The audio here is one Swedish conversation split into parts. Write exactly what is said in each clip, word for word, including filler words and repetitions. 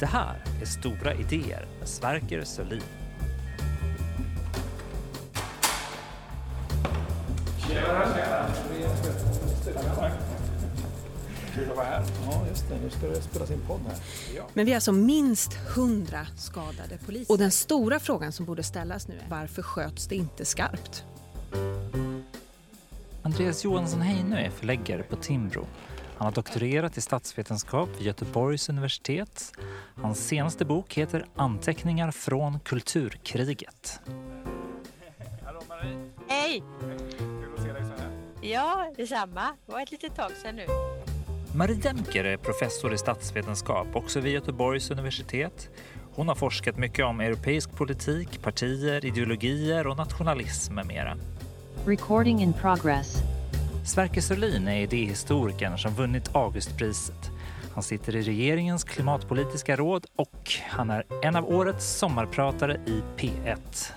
Det här är Stora idéer med Sverker Sörlin. Tjena, tjena. Kul att vara här. Ja, just det. Nu ska det spelas in podd här. Ja. Men vi är alltså minst hundra skadade poliser. Och den stora frågan som borde ställas nu är: varför sköts det inte skarpt? Andreas Johansson Heinö är förläggare på Timbro. Han har doktorerat i statsvetenskap vid Göteborgs universitet. Hans senaste bok heter Anteckningar från kulturkriget. Hallå Marie. Hej! Kul att se dig så här. Ja, detsamma. Det var ett litet tag sedan nu. Marie Demker är professor i statsvetenskap också vid Göteborgs universitet. Hon har forskat mycket om europeisk politik, partier, ideologier och nationalism med mera. Recording in progress. Sverker Sörlin är idéhistorikern som vunnit Augustpriset. Han sitter i regeringens klimatpolitiska råd och han är en av årets sommarpratare i P ett.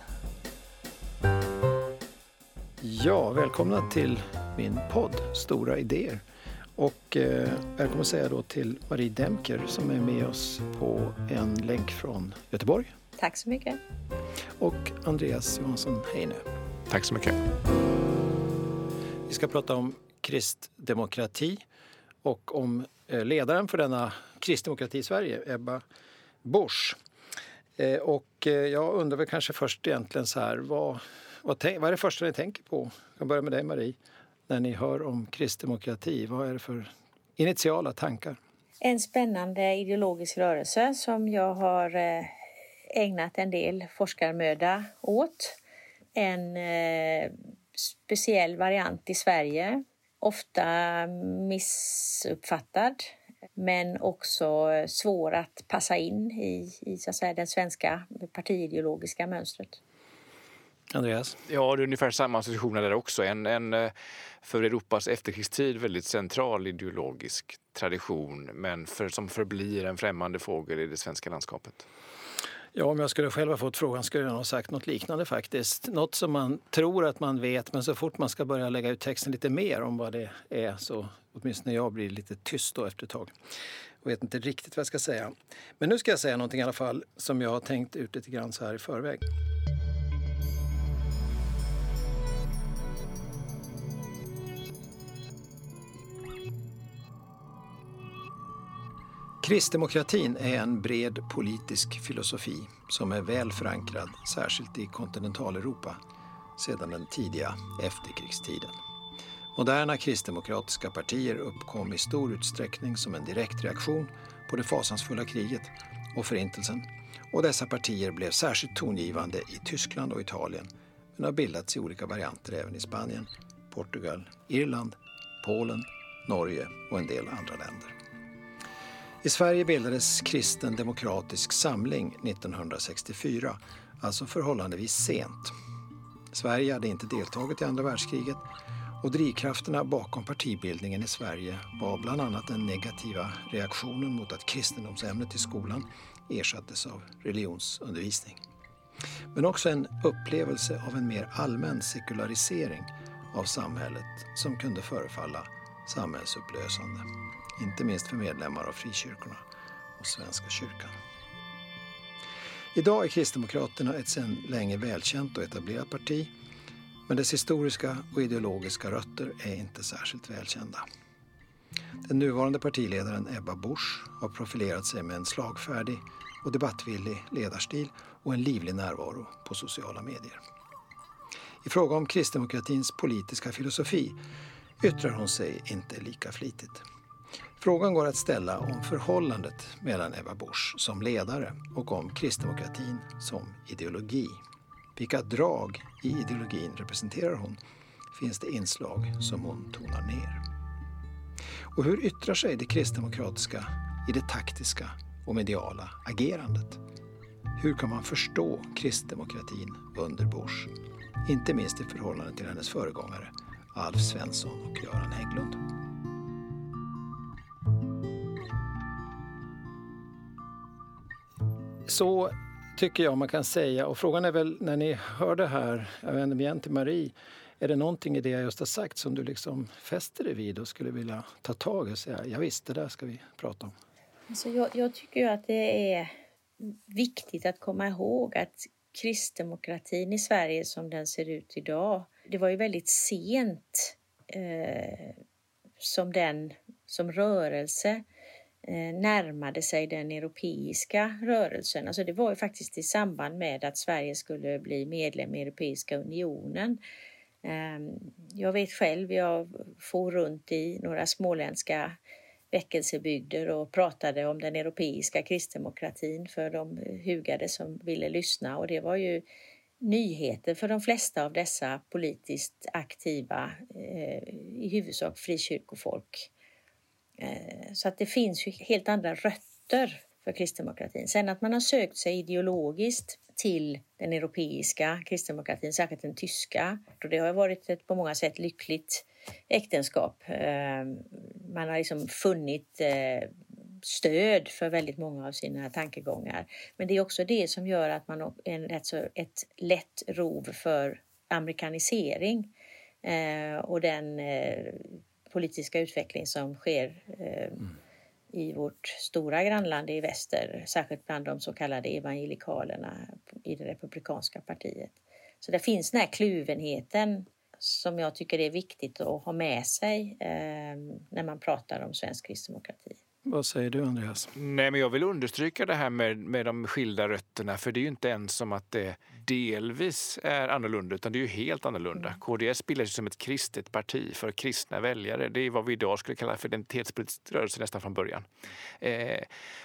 Ja, välkomna till min podd Stora idéer. Och eh, välkommen säga då till Marie Demker som är med oss på en länk från Göteborg. Tack så mycket. Och Andreas Johansson Heinö. Tack så mycket. Vi ska prata om kristdemokrati och om eh, ledaren för denna kristdemokrati i Sverige, Ebba Busch. Eh, och eh, jag undrar väl kanske först egentligen så här, vad, vad, tänk, vad är det första ni tänker på? Jag kan börja med dig Marie. När ni hör om kristdemokrati, vad är det för initiala tankar? En spännande ideologisk rörelse som jag har ägnat en del forskarmöda åt. En eh, speciell variant i Sverige, ofta missuppfattad men också svår att passa in i, i så att säga, den svenska partiideologiska mönstret. Andreas? Ja, det är ungefär samma associationer där också. En, en för Europas efterkrigstid väldigt central ideologisk tradition men för, som förblir en främmande fågel i det svenska landskapet. Ja, om jag skulle själv ha fått frågan skulle jag ha sagt något liknande faktiskt. Något som man tror att man vet, men så fort man ska börja lägga ut texten lite mer om vad det är så åtminstone jag blir lite tyst då efter ett tag. Jag vet inte riktigt vad jag ska säga. Men nu ska jag säga någonting i alla fall som jag har tänkt ut lite grann så här i förväg. Kristdemokratin är en bred politisk filosofi som är väl förankrad, särskilt i kontinentaleuropa, sedan den tidiga efterkrigstiden. Moderna kristdemokratiska partier uppkom i stor utsträckning som en direkt reaktion på det fasansfulla kriget och förintelsen, och dessa partier blev särskilt tongivande i Tyskland och Italien, men har bildats i olika varianter även i Spanien, Portugal, Irland, Polen, Norge och en del andra länder. I Sverige bildades Kristen demokratisk samling nittonhundrasextiofyra, alltså förhållandevis sent. Sverige hade inte deltagit i andra världskriget och drivkrafterna bakom partibildningen i Sverige var bland annat den negativa reaktionen mot att kristendomsämnet i skolan ersattes av religionsundervisning. Men också en upplevelse av en mer allmän sekularisering av samhället som kunde förefalla samhällsupplösande. Inte minst för medlemmar av frikyrkorna och Svenska kyrkan. Idag är Kristdemokraterna ett sedan länge välkänt och etablerat parti, men dess historiska och ideologiska rötter är inte särskilt välkända. Den nuvarande partiledaren Ebba Busch har profilerat sig med en slagfärdig och debattvillig ledarstil och en livlig närvaro på sociala medier. I fråga om kristdemokratins politiska filosofi yttrar hon sig inte lika flitigt. Frågan går att ställa om förhållandet mellan Ebba Busch som ledare och om kristdemokratin som ideologi. Vilka drag i ideologin representerar hon? Finns det inslag som hon tonar ner? Och hur yttrar sig det kristdemokratiska i det taktiska och mediala agerandet? Hur kan man förstå kristdemokratin under Busch? Inte minst i förhållande till hennes föregångare Alf Svensson och Göran Hägglund. Så tycker jag man kan säga, och frågan är väl när ni hör det här, jag vänder mig igen till Marie, är det någonting i det jag just har sagt som du liksom fäster dig vid och skulle vilja ta tag i och säga, ja visst, det där ska vi prata om? Alltså jag, jag tycker ju att det är viktigt att komma ihåg att kristdemokratin i Sverige som den ser ut idag, det var ju väldigt sent eh, som den som rörelse eh, närmade sig den europeiska rörelsen. Alltså det var ju faktiskt i samband med att Sverige skulle bli medlem i Europeiska unionen. Eh, jag vet själv, jag for runt i några småländska väckelsebygder och pratade om den europeiska kristdemokratin för de hugade som ville lyssna, och det var ju nyheter för de flesta av dessa politiskt aktiva, eh, i huvudsak frikyrkofolk. Eh, så att det finns ju helt andra rötter för kristdemokratin. Sen att man har sökt sig ideologiskt till den europeiska kristdemokratin, särskilt den tyska, och det har varit ett på många sätt lyckligt äktenskap. Man har liksom funnit stöd för väldigt många av sina tankegångar. Men det är också det som gör att man har en rätt så ett lätt rov för amerikanisering och den politiska utveckling som sker mm. i vårt stora grannland i väster, särskilt bland de så kallade evangelikalerna i det republikanska partiet. Så det finns den här kluvenheten som jag tycker är viktigt att ha med sig eh, när man pratar om svensk kristdemokrati. Vad säger du, Andreas? Nej, men jag vill understryka det här med, med de skilda rötterna, för det är ju inte ens som att det delvis är annorlunda, utan det är ju helt annorlunda. Mm. K D S bildades som ett kristet parti för kristna väljare. Det är vad vi idag skulle kalla för identitetspolitisk rörelse nästan från början. Eh,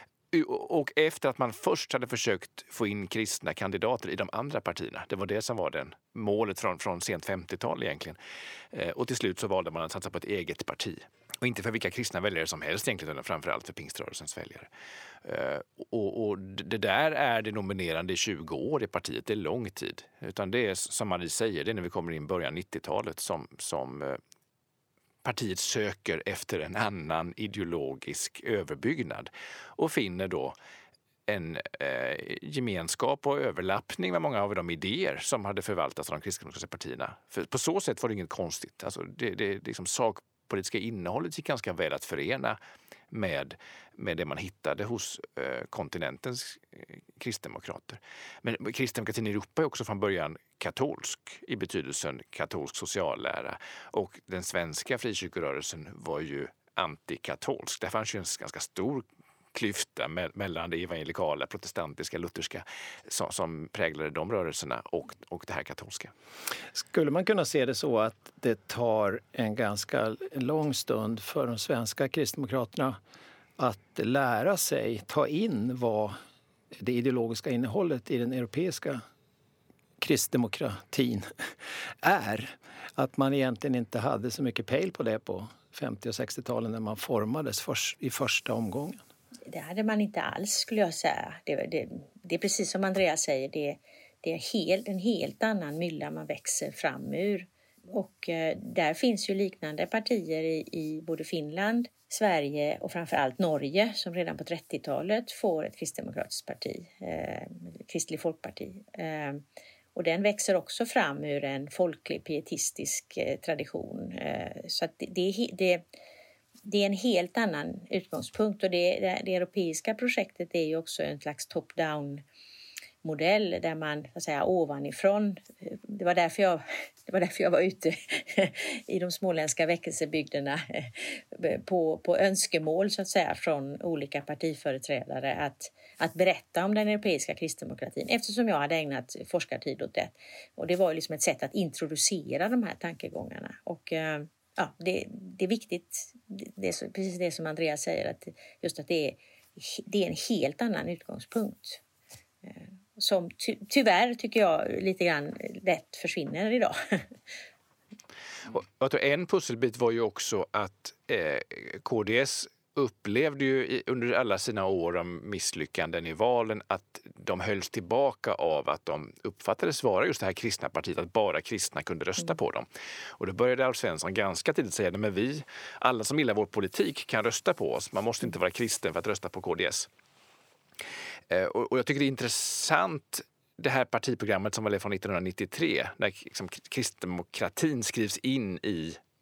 Och efter att man först hade försökt få in kristna kandidater i de andra partierna, det var det som var den målet från, från sent femtiotal egentligen. Eh, och till slut så valde man att satsa på ett eget parti. Och inte för vilka kristna väljare som helst egentligen, utan framförallt för pingströrelsens väljare. Eh, och, och det där är det nominerande i tjugo år i partiet, det är lång tid. Utan det är som Marie säger, det är när vi kommer in början nittiotalet som... som eh, partiet söker efter en annan ideologisk överbyggnad och finner då en eh, gemenskap och överlappning med många av de idéer som hade förvaltats av de kristdemokratiska partierna. För på så sätt var det inget konstigt. Alltså det, det liksom sakpolitiska innehållet gick ganska väl att förena med, med det man hittade hos eh, kontinentens eh, kristdemokrater. Men kristdemokratin i Europa är också från början katolsk i betydelsen katolsk sociallära, och den svenska frikyrkorörelsen var ju antikatolsk. Det fanns ju en ganska stor klyfta me- mellan det evangelikala, protestantiska, lutherska som, som präglade de rörelserna och, och det här katolska. Skulle man kunna se det så att det tar en ganska lång stund för de svenska kristdemokraterna att lära sig, ta in vad det ideologiska innehållet i den europeiska kristdemokratin är? Att man egentligen inte hade så mycket pejl på det på femtio- och sextio-talen när man formades för, i första omgången. Det hade man inte alls, skulle jag säga. Det, det, det är precis som Andreas säger, det, det är helt, en helt annan mylla man växer fram ur. Och eh, där finns ju liknande partier i, i både Finland, Sverige och framförallt Norge, som redan på trettiotalet får ett kristdemokratiskt parti, eh, kristlig folkparti. Eh, och den växer också fram ur en folklig pietistisk eh, tradition. Eh, så att det, det, det Det är en helt annan utgångspunkt, och det, det, det europeiska projektet är ju också en slags top-down-modell där man så att säga, ovanifrån, det var därför jag, det var därför jag var ute i de småländska väckelsebygderna på, på önskemål så att säga, från olika partiföreträdare att, att berätta om den europeiska kristdemokratin, eftersom jag hade ägnat forskartid åt det. Och det var liksom ett sätt att introducera de här tankegångarna. Och ja, det, det är viktigt, det är så, precis det som Andreas säger, att just att det är, det är en helt annan utgångspunkt som ty, tyvärr tycker jag lite grann lätt försvinner idag. Och jag tror en pusselbit var ju också att eh, K D S upplevde ju i, under alla sina år om misslyckanden i valen att de hölls tillbaka av att de uppfattades vara just det här kristna partiet, att bara kristna kunde rösta mm. på dem. Och då började Alf Svensson ganska tidigt säga att vi, alla som gillar vår politik kan rösta på oss. Man måste inte vara kristen för att rösta på K D S. Eh, och, och jag tycker det är intressant det här partiprogrammet som var från nittonhundranittiotre, när liksom kristdemokratin skrivs in i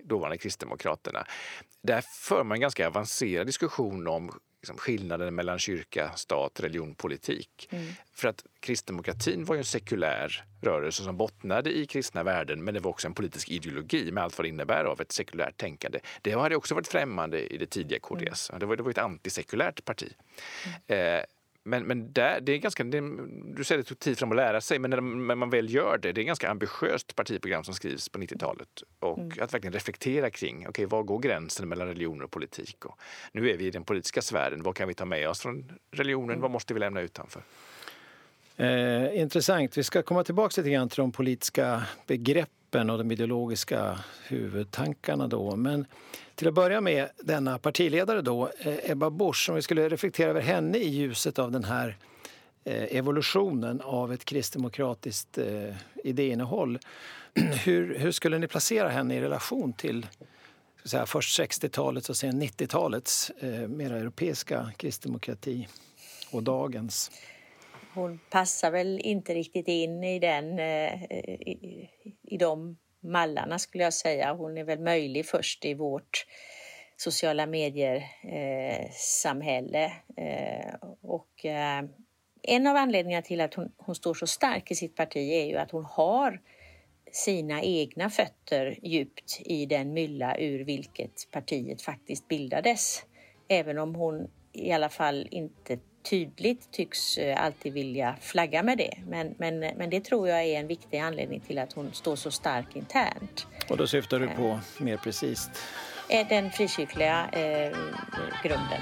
dåvarande Kristdemokraterna. Där för man en ganska avancerad diskussion om liksom skillnaden mellan kyrka, stat, religion, politik. Mm. För att kristdemokratin var ju en sekulär rörelse som bottnade i kristna värden, men det var också en politisk ideologi med allt vad det innebär av ett sekulärt tänkande. Det hade också varit främmande i det tidiga K D S. Mm. Det var, det var ett antisekulärt parti. Mm. Eh, Men, men där, det är ganska, det, du säger det tog tid fram att lära sig, men när man väl gör det, det är ett ganska ambitiöst partiprogram som skrivs på nittiotalet. Och mm. att verkligen reflektera kring, okej, okay, var går gränsen mellan religion och politik? Och nu är vi i den politiska sfären, vad kan vi ta med oss från religionen, mm. vad måste vi lämna utanför? Eh, intressant, vi ska komma tillbaka lite grann till de politiska begreppen och de ideologiska huvudtankarna då, men till att börja med denna partiledare då, Ebba Busch, om vi skulle reflektera över henne i ljuset av den här evolutionen av ett kristdemokratiskt idéinnehåll. Hur, hur skulle ni placera henne i relation till ska säga, först sextiotalets och sen nittiotalets eh, mer europeiska kristdemokrati och dagens? Hon passar väl inte riktigt in i, den, eh, i, i de mallarna skulle jag säga. Hon är väl möjlig först i vårt sociala medier-samhälle. Eh, och eh, en av anledningarna till att hon, hon står så stark i sitt parti är ju att hon har sina egna fötter djupt i den mylla ur vilket partiet faktiskt bildades. Även om hon i alla fall inte tydligt tycks alltid vilja flagga med det. Men, men, men det tror jag är en viktig anledning till att hon står så stark internt. Och då syftar du på eh, mer precis? Den frikyrkliga eh, grunden.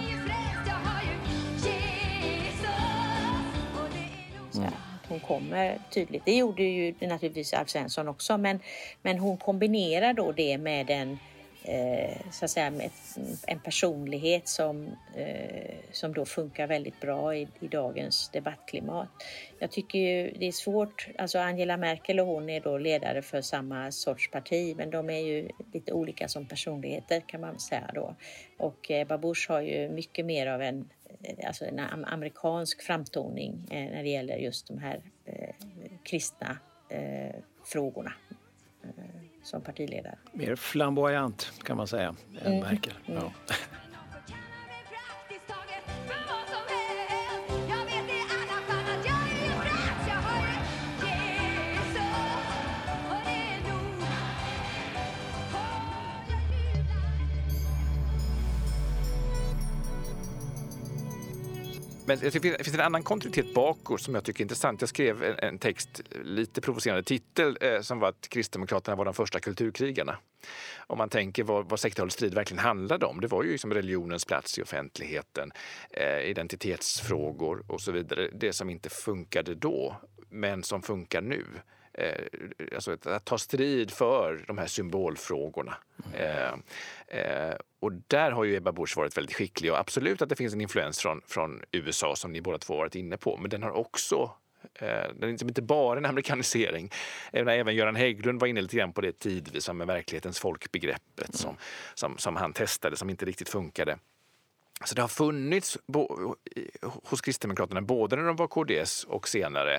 Så, hon kommer tydligt. Det gjorde ju naturligtvis Alf Svensson också. Men, men hon kombinerar då det med en Eh, så att säga, med en personlighet som, eh, som då funkar väldigt bra i, i dagens debattklimat. Jag tycker ju det är svårt, alltså Angela Merkel och hon är då ledare för samma sorts parti, men de är ju lite olika som personligheter kan man säga då. Och eh, Ebba Busch har ju mycket mer av en, alltså en amerikansk framtoning eh, när det gäller just de här eh, kristna eh, frågorna. Som partiledare. Mer flamboyant kan man säga än mm. Merkel. Mm. Ja. Men det finns en annan kontinuitet bakåt som jag tycker är intressant. Jag skrev en, en text, lite provocerande titel, eh, som var att Kristdemokraterna var de första kulturkrigarna. Om man tänker vad, vad sextiotalets strid verkligen handlade om. Det var ju liksom religionens plats i offentligheten, eh, identitetsfrågor och så vidare. Det som inte funkade då, men som funkar nu. Eh, alltså att, att ta strid för de här symbolfrågorna. Eh, eh, och där har ju Ebba Busch varit väldigt skicklig, och absolut att det finns en influens från, från U S A som ni båda två varit inne på, men den har också eh, den är liksom inte bara en amerikanisering. Även, även Göran Hägglund var inne lite grann på det tidvis med verklighetens folkbegreppet mm. som, som, som han testade, som inte riktigt funkade. Så det har funnits bo, hos Kristdemokraterna både när de var K D S och senare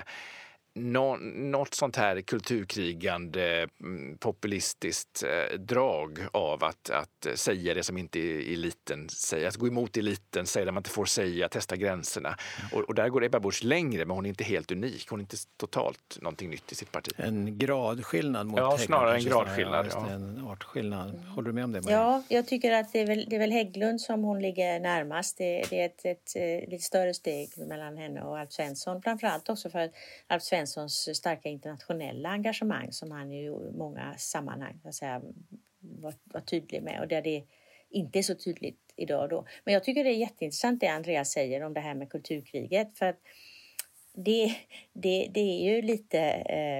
Nå, något sånt här kulturkrigande, populistiskt eh, drag av att, att säga det som inte eliten säger, att gå emot eliten, säga det man inte får säga, testa gränserna. Och, och där går Ebba Busch längre, men hon är inte helt unik. Hon är inte totalt någonting nytt i sitt parti. En gradskillnad mot Ja, Hägglund, snarare en gradskillnad. Ja, ja. En artskillnad. Håller du med om det, Marie? Ja, jag tycker att det är väl, det är väl Hägglund som hon ligger närmast. Det, det är ett, ett, ett lite större steg mellan henne och Alf Svensson. Framförallt också för att Alf Svensson starka internationella engagemang som han ju i många sammanhang så att säga, var, var tydlig med, och där det inte är så tydligt idag då. Men jag tycker det är jätteintressant det Andreas säger om det här med kulturkriget, för att det, det, det är ju lite eh,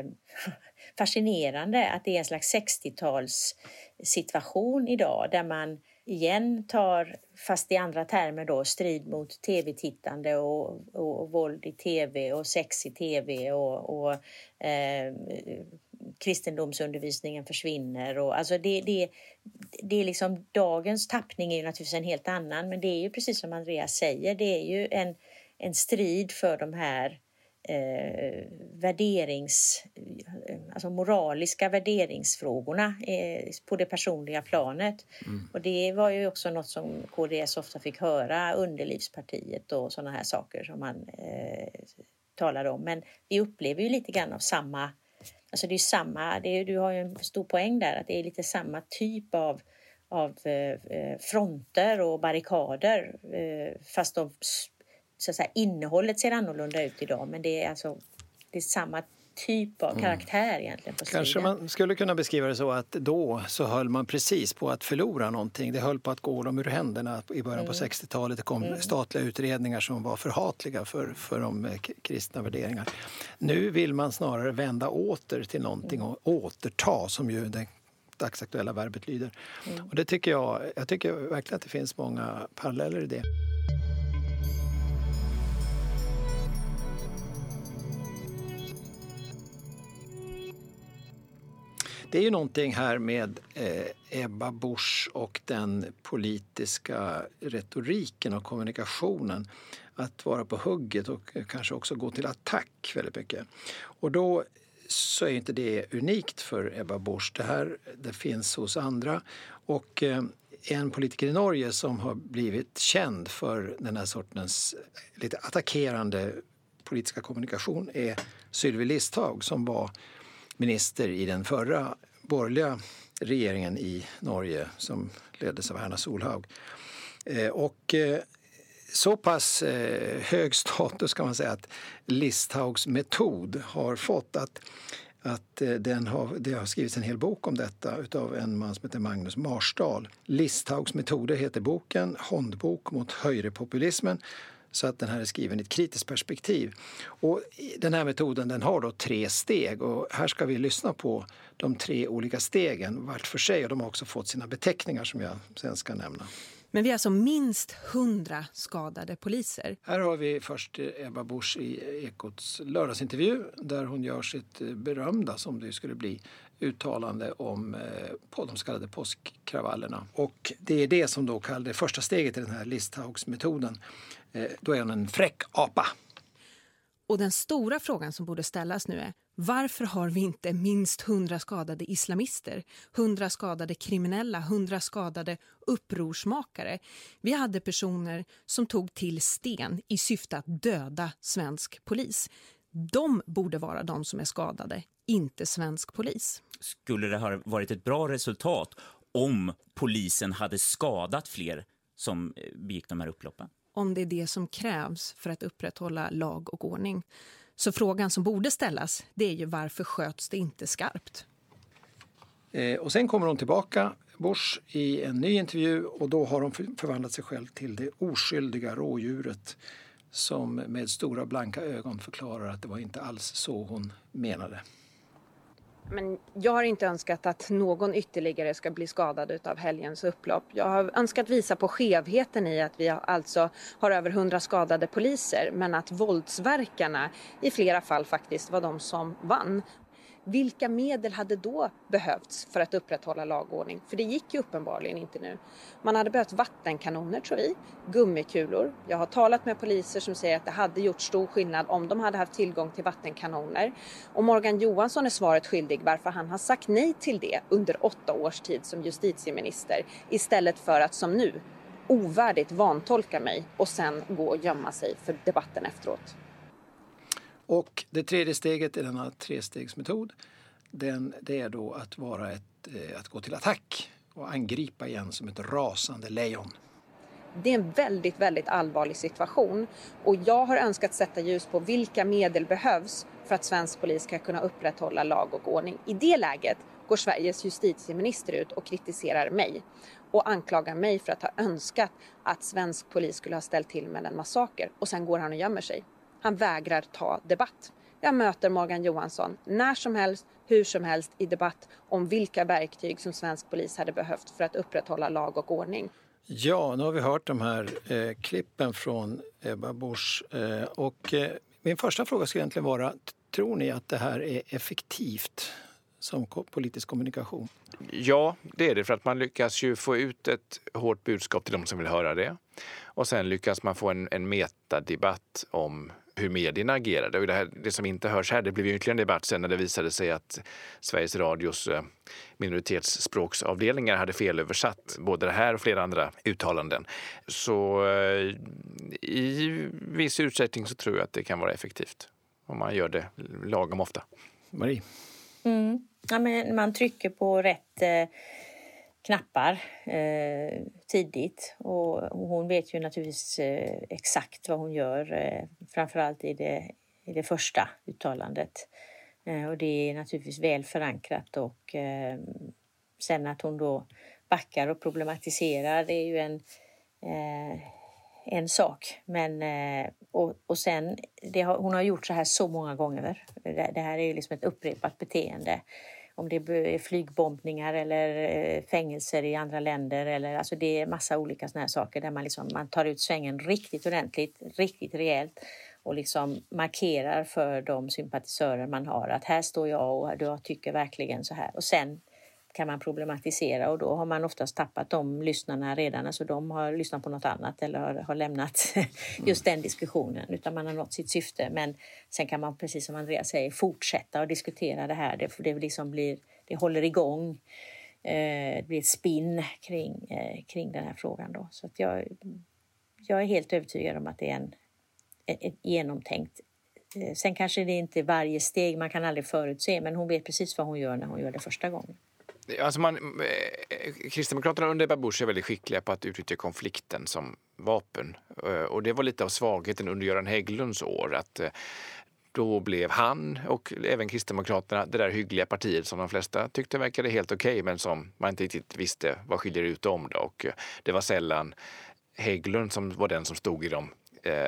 fascinerande att det är en slags sextiotals situation idag där man igen tar, fast i andra termer då, strid mot tv-tittande och, och, och våld i tv och sex i tv och, och eh, kristendomsundervisningen försvinner. Och, alltså det, det, det är liksom, dagens tappning är ju naturligtvis en helt annan, men det är ju precis som Andreas säger, det är ju en, en strid för de här eh, värderings, alltså moraliska värderingsfrågorna eh, på det personliga planet. Mm. Och det var ju också något som K D S ofta fick höra, underlivspartiet och sådana här saker som man eh, talade om. Men vi upplever ju lite grann av samma, alltså det är samma, det är, du har ju en stor poäng där, att det är lite samma typ av av eh, fronter och barrikader, eh, fast de, så att säga, innehållet ser annorlunda ut idag, men det är alltså det är samma typ av karaktär mm. egentligen på striden. Kanske man skulle kunna beskriva det så att då så höll man precis på att förlora någonting. Det höll på att gå dem ur händerna i början mm. på sextiotalet. Det kom mm. statliga utredningar som var förhatliga för, för de kristna värderingar. Nu vill man snarare vända åter till någonting och återta, som ju det dagsaktuella verbet lyder. Mm. Och det tycker jag, jag tycker verkligen att det finns många paralleller i det. Det är ju någonting här med eh, Ebba Busch och den politiska retoriken och kommunikationen. Att vara på hugget och kanske också gå till attack väldigt mycket. Och då så är inte det unikt för Ebba Busch. Det här det finns hos andra. Och eh, en politiker i Norge som har blivit känd för den här sortens lite attackerande politiska kommunikation är Sylvi Listhaug, som var minister i den förra borgerliga regeringen i Norge som leddes av Erna Solhaug. Eh, och eh, så pass eh, hög status kan man säga att Listhaugs metod har fått att, att eh, den har, det har skrivits en hel bok om detta utav en man som heter Magnus Marsdal. Listhaugs metoder heter boken, Håndbok mot höjrepopulismen. Så att den här är skriven i ett kritiskt perspektiv. Och den här metoden den har då tre steg. Och här ska vi lyssna på de tre olika stegen vart för sig. Och de har också fått sina beteckningar som jag sen ska nämna. Men vi har alltså minst hundra skadade poliser. Här har vi först Ebba Busch i Ekots lördagsintervju. Där hon gör sitt berömda, som det skulle bli, uttalande om på de så kallade påskkravallerna. Och det är det som då kallas det första steget i den här Listhaugs-metoden. Då är hon en fräck apa. Och den stora frågan som borde ställas nu är: varför har vi inte minst hundra skadade islamister, hundra skadade kriminella, hundra skadade upprorsmakare? Vi hade personer som tog till sten i syfte att döda svensk polis. De borde vara de som är skadade, inte svensk polis. Skulle det ha varit ett bra resultat om polisen hade skadat fler som begick de här upploppen? Om det är det som krävs för att upprätthålla lag och ordning. Så frågan som borde ställas, det är ju varför sköts det inte skarpt? Eh, och sen kommer hon tillbaka, Busch, i en ny intervju, och då har hon förvandlat sig själv till det oskyldiga rådjuret som med stora blanka ögon förklarar att det var inte alls så hon menade. Men jag har inte önskat att någon ytterligare ska bli skadad av helgens upplopp. Jag har önskat visa på skevheten i att vi alltså har över hundra skadade poliser, men att våldsverkarna i flera fall faktiskt var de som vann. Vilka medel hade då behövts för att upprätthålla lagordning? För det gick ju uppenbarligen inte nu. Man hade behövt vattenkanoner, tror vi, gummikulor. Jag har talat med poliser som säger att det hade gjort stor skillnad om de hade haft tillgång till vattenkanoner. Och Morgan Johansson är svaret skyldig varför han har sagt nej till det under åtta års tid som justitieminister, istället för att som nu ovärdigt vantolka mig och sen gå och gömma sig för debatten efteråt. Och det tredje steget i denna trestegsmetod, den, det är då att, vara ett, att gå till attack och angripa igen som ett rasande lejon. Det är en väldigt, väldigt allvarlig situation, och jag har önskat sätta ljus på vilka medel behövs för att svensk polis ska kunna upprätthålla lag och ordning. I det läget går Sveriges justitieminister ut och kritiserar mig och anklagar mig för att ha önskat att svensk polis skulle ha ställt till med en massaker, och sen går han och gömmer sig. Han vägrar ta debatt. Jag möter Morgan Johansson när som helst, hur som helst i debatt om vilka verktyg som svensk polis hade behövt för att upprätthålla lag och ordning. Ja, nu har vi hört de här eh, klippen från Ebba Busch. Eh, och eh, min första fråga ska egentligen vara, tror ni att det här är effektivt som politisk kommunikation? Ja, det är det, för att man lyckas ju få ut ett hårt budskap till de som vill höra det. Och sen lyckas man få en, en metadebatt om hur medierna agerade. Och det, här, det som inte hörs här, det blev ju ytterligare en debatt sen när det visade sig att Sveriges Radios minoritetsspråksavdelningar hade felöversatt både det här och flera andra uttalanden. Så i viss utsträckning så tror jag att det kan vara effektivt om man gör det lagom ofta. Marie? Mm. Ja, men man trycker på rätt eh, knappar eh, tidigt och, och hon vet ju naturligtvis eh, exakt vad hon gör, eh, framförallt i det, i det första uttalandet. Eh, och det är naturligtvis väl förankrat och eh, sen att hon då backar och problematiserar, det är ju en, eh, en sak. Men, eh, och, och sen, det har, hon har gjort så här så många gånger. Det, det här är ju liksom ett upprepat beteende. Om det är flygbombningar eller fängelser i andra länder. Eller, alltså det är massa olika såna här saker där man, liksom, man tar ut svängen riktigt ordentligt, riktigt rejält. Och liksom markerar för de sympatisörer man har att här står jag och jag tycker verkligen så här. Och sen kan man problematisera och då har man oftast tappat de lyssnarna redan. Alltså de har lyssnat på något annat eller har, har lämnat just den diskussionen. Utan man har nått sitt syfte. Men sen kan man, precis som Andreas säger, fortsätta och diskutera det här. Det, det, liksom blir, det håller igång. Eh, det blir ett spinn kring, eh, kring den här frågan. Då. Så att jag, jag är helt övertygad om att det är en, ett genomtänkt. Eh, sen kanske det inte är varje steg, man kan aldrig förutse. Men hon vet precis vad hon gör när hon gör det första gången. Alltså man, eh, Kristdemokraterna under Ebba Busch är väldigt skickliga på att utnyttja konflikten som vapen. Eh, och det var lite av svagheten under Göran Hägglunds år. Att eh, då blev han och även Kristdemokraterna det där hyggliga partiet som de flesta tyckte verkade helt okej. Okay, men som man inte riktigt visste vad skiljer ut om det. Och eh, det var sällan Hägglund som var den som stod i dem.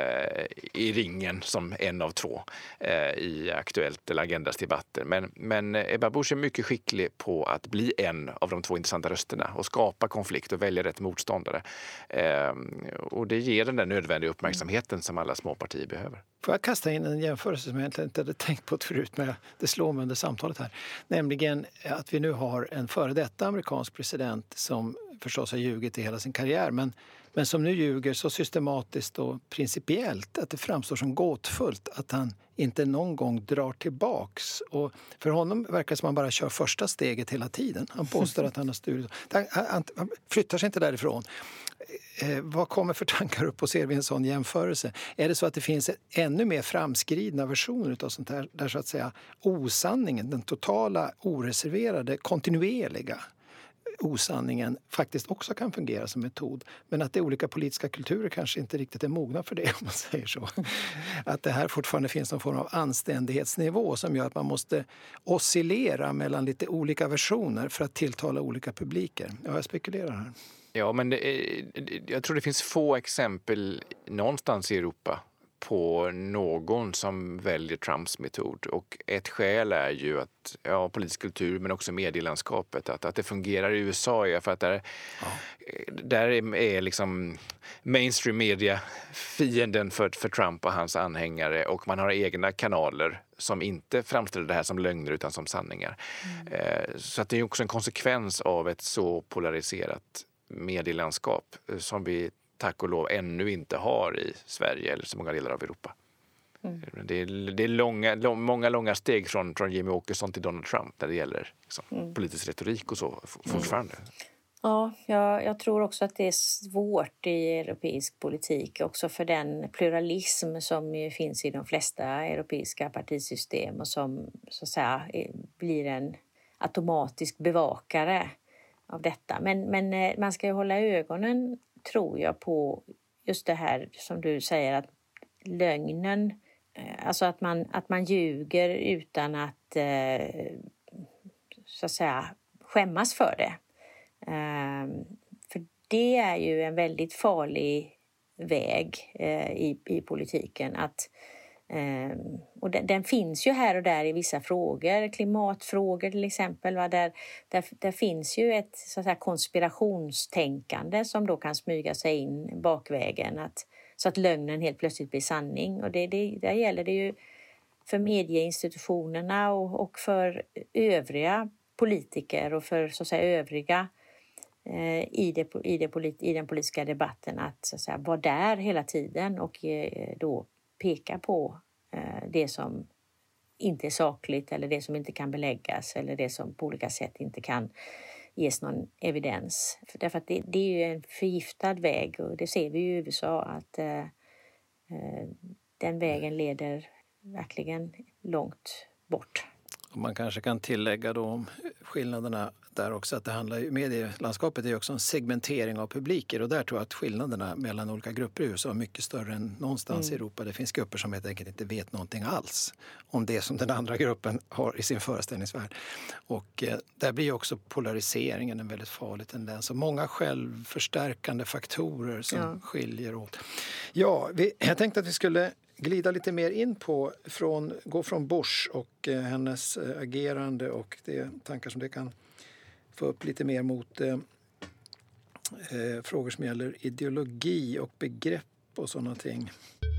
I ringen som en av två eh, i Aktuellt eller Agendas debatter. Men, men Ebba Busch är mycket skicklig på att bli en av de två intressanta rösterna och skapa konflikt och välja rätt motståndare. Eh, och det ger den där nödvändiga uppmärksamheten som alla små partier behöver. Får jag kasta in en jämförelse som jag egentligen inte hade tänkt på förut, men det slår mig under samtalet här. Nämligen att vi nu har en före detta amerikansk president som förstås har ljugit i hela sin karriär, men Men som nu ljuger så systematiskt och principiellt att det framstår som gåtfullt att han inte någon gång drar tillbaks. Och för honom verkar det som att han bara kör första steget hela tiden. Han påstår att han har stulit. Han, han, han flyttar sig inte därifrån. Eh, vad kommer för tankar upp och ser vi en sån jämförelse? Är det så att det finns ännu mer framskridna versioner av sånt här, där så att säga osanningen, den totala, oreserverade, kontinuerliga osanningen faktiskt också kan fungera som metod. Men att det olika politiska kulturer kanske inte riktigt är mogna för det, om man säger så. Att det här fortfarande finns någon form av anständighetsnivå som gör att man måste oscillera mellan lite olika versioner för att tilltala olika publiker. Ja, jag spekulerar här. Ja, men det är, jag tror det finns få exempel någonstans i Europa på någon som väljer Trumps metod. Och ett skäl är ju att, ja, politisk kultur men också medielandskapet. Att, att det fungerar i U S A för att där, ja. där är, är liksom mainstream media fienden för, för Trump och hans anhängare. Och man har egna kanaler som inte framställer det här som lögner utan som sanningar. Mm. Eh, så att det är också en konsekvens av ett så polariserat medielandskap som vi tack och lov ännu inte har i Sverige eller så många delar av Europa. Mm. Det är, det är långa, lång, många långa steg från, från Jimmy Åkesson till Donald Trump när det gäller liksom, mm. politisk retorik och så fortfarande. Mm. Ja, jag, jag tror också att det är svårt i europeisk politik också för den pluralism som ju finns i de flesta europeiska partisystem och som så att säga blir en automatisk bevakare av detta. Men, men man ska ju hålla ögonen, tror jag, på just det här som du säger, att lögnen, alltså att man, att man ljuger utan att så att säga skämmas för det. För det är ju en väldigt farlig väg i, i politiken att Um, och den, den finns ju här och där i vissa frågor, klimatfrågor till exempel, va? Där, där, där finns ju ett så att säga, konspirationstänkande som då kan smyga sig in bakvägen att, så att lögnen helt plötsligt blir sanning. Och det, det, där gäller det ju för medieinstitutionerna och, och för övriga politiker och för så att säga, övriga eh, i, det, i, det polit, i den politiska debatten att så att säga, vara där hela tiden och eh, då peka på eh, det som inte är sakligt eller det som inte kan beläggas eller det som på olika sätt inte kan ges någon evidens. För därför att det, det är ju en förgiftad väg och det ser vi ju i U S A att eh, den vägen leder verkligen långt bort. Och man kanske kan tillägga då om skillnaderna där också att det handlar ju, medielandskapet är ju också en segmentering av publiker och där tror jag att skillnaderna mellan olika grupper i U S A är mycket större än någonstans mm. i Europa. Det finns grupper som helt enkelt inte vet någonting alls om det som den andra gruppen har i sin föreställningsvärld. Och eh, där blir ju också polariseringen en väldigt farlig tendens och många självförstärkande faktorer som ja. skiljer åt. Ja, vi, jag tänkte att vi skulle glida lite mer in på, från, gå från Bush och eh, hennes eh, agerande och de tankar som det kan få upp lite mer mot eh, eh, frågor som gäller ideologi och begrepp och sådana ting.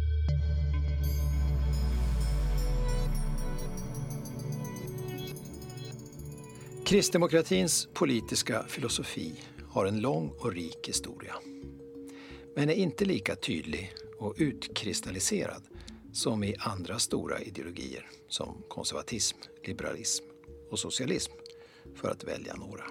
Kristdemokratins politiska filosofi har en lång och rik historia, men är inte lika tydlig och utkristalliserad som i andra stora ideologier som konservatism, liberalism och socialism, för att välja några.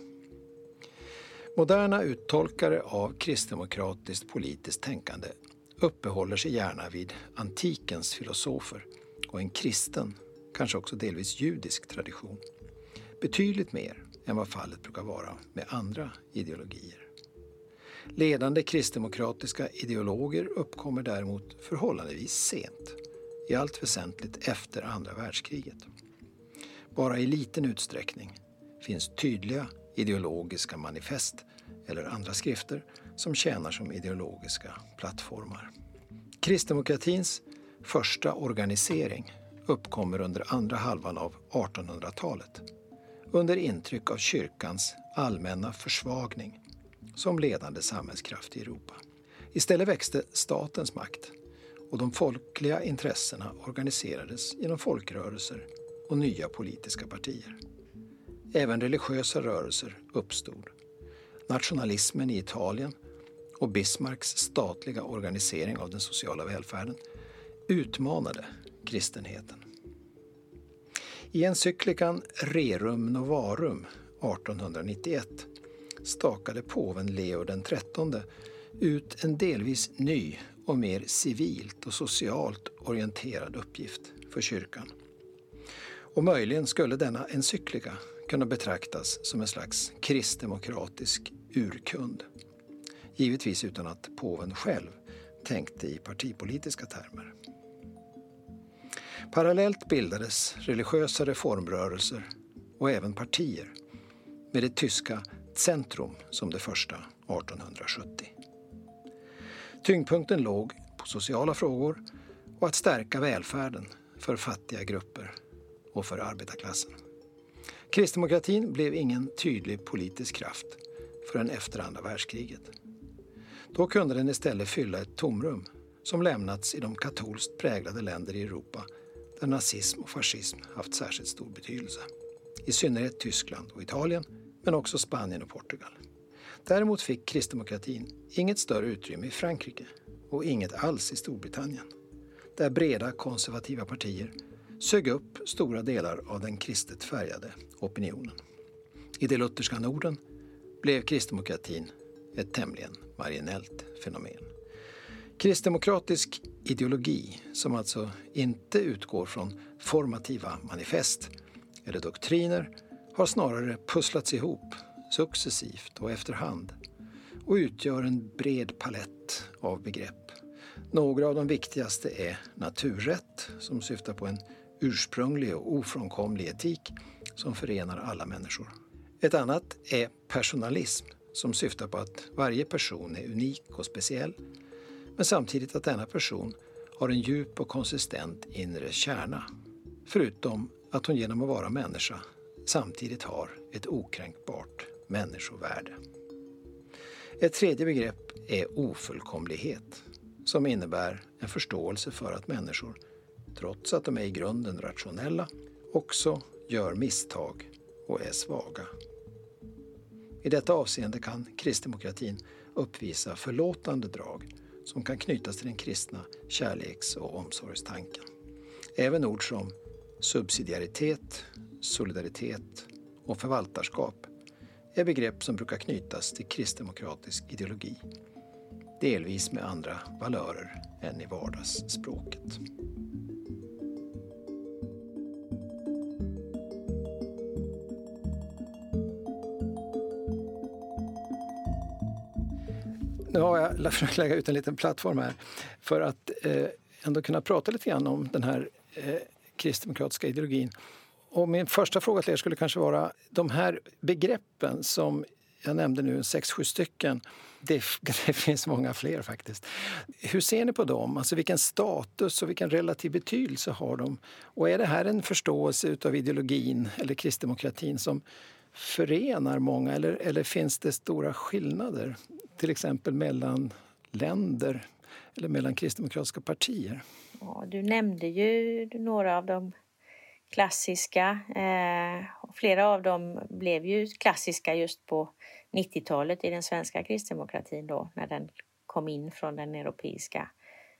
Moderna uttolkare av kristdemokratiskt politiskt tänkande uppehåller sig gärna vid antikens filosofer och en kristen, kanske också delvis judisk tradition. Betydligt mer än vad fallet brukar vara med andra ideologier. Ledande kristdemokratiska ideologer uppkommer däremot förhållandevis sent, i allt väsentligt efter andra världskriget. Bara i liten utsträckning finns tydliga ideologiska manifest eller andra skrifter som tjänar som ideologiska plattformar. Kristdemokratins första organisering uppkommer under andra halvan av artonhundratalet under intryck av kyrkans allmänna försvagning som ledande samhällskraft i Europa. Istället växte statens makt och de folkliga intressena organiserades genom folkrörelser och nya politiska partier. Även religiösa rörelser uppstod. Nationalismen i Italien och Bismarcks statliga organisering av den sociala välfärden utmanade kristenheten. I encyklikan Rerum Novarum artonhundranittioett stakade påven Leo den trettonde ut en delvis ny och mer civilt och socialt orienterad uppgift för kyrkan. Och möjligen skulle denna encyklika kunna betraktas som en slags kristdemokratisk urkund. Givetvis utan att påven själv tänkte i partipolitiska termer. Parallellt bildades religiösa reformrörelser och även partier med det tyska Zentrum som det första artonhundrasjuttio. Tyngdpunkten låg på sociala frågor och att stärka välfärden för fattiga grupper och för arbetarklassen. Kristdemokratin blev ingen tydlig politisk kraft förrän efter andra världskriget. Då kunde den istället fylla ett tomrum som lämnats i de katolskt präglade länder i Europa där nazism och fascism haft särskilt stor betydelse. I synnerhet Tyskland och Italien, men också Spanien och Portugal. Däremot fick kristdemokratin inget större utrymme i Frankrike och inget alls i Storbritannien, där breda konservativa partier sög upp stora delar av den kristet färgade opinionen. I det lutherska Norden blev kristdemokratin ett tämligen marginellt fenomen. Kristdemokratisk ideologi, som alltså inte utgår från formativa manifest eller doktriner, har snarare pusslats ihop successivt och efterhand och utgör en bred palett av begrepp. Några av de viktigaste är naturrätt, som syftar på en ursprunglig och ofrånkomlig etik som förenar alla människor. Ett annat är personalism, som syftar på att varje person är unik och speciell, men samtidigt att denna person har en djup och konsistent inre kärna, förutom att hon genom att vara människa samtidigt har ett okränkbart människovärde. Ett tredje begrepp är ofullkomlighet, som innebär en förståelse för att människor, trots att de är i grunden rationella, också gör misstag och är svaga. I detta avseende kan kristdemokratin uppvisa förlåtande drag som kan knytas till den kristna kärleks- och omsorgstanken. Även ord som subsidiaritet, solidaritet och förvaltarskap är begrepp som brukar knytas till kristdemokratisk ideologi, delvis med andra valörer än i vardagsspråket. Nu har jag försökt lägga ut en liten plattform här för att eh, ändå kunna prata lite grann om den här eh, kristdemokratiska ideologin. Och min första fråga till er skulle kanske vara, de här begreppen som jag nämnde nu, sex, sju stycken, det, det finns många fler faktiskt. Hur ser ni på dem? Alltså vilken status och vilken relativ betydelse har de? Och är det här en förståelse av ideologin eller kristdemokratin som förenar många, eller, eller finns det stora skillnader? Till exempel mellan länder eller mellan kristdemokratiska partier? Ja, du nämnde ju några av de klassiska. Eh, flera av dem blev ju klassiska just på nittiotalet i den svenska kristdemokratin då, när den kom in från den europeiska.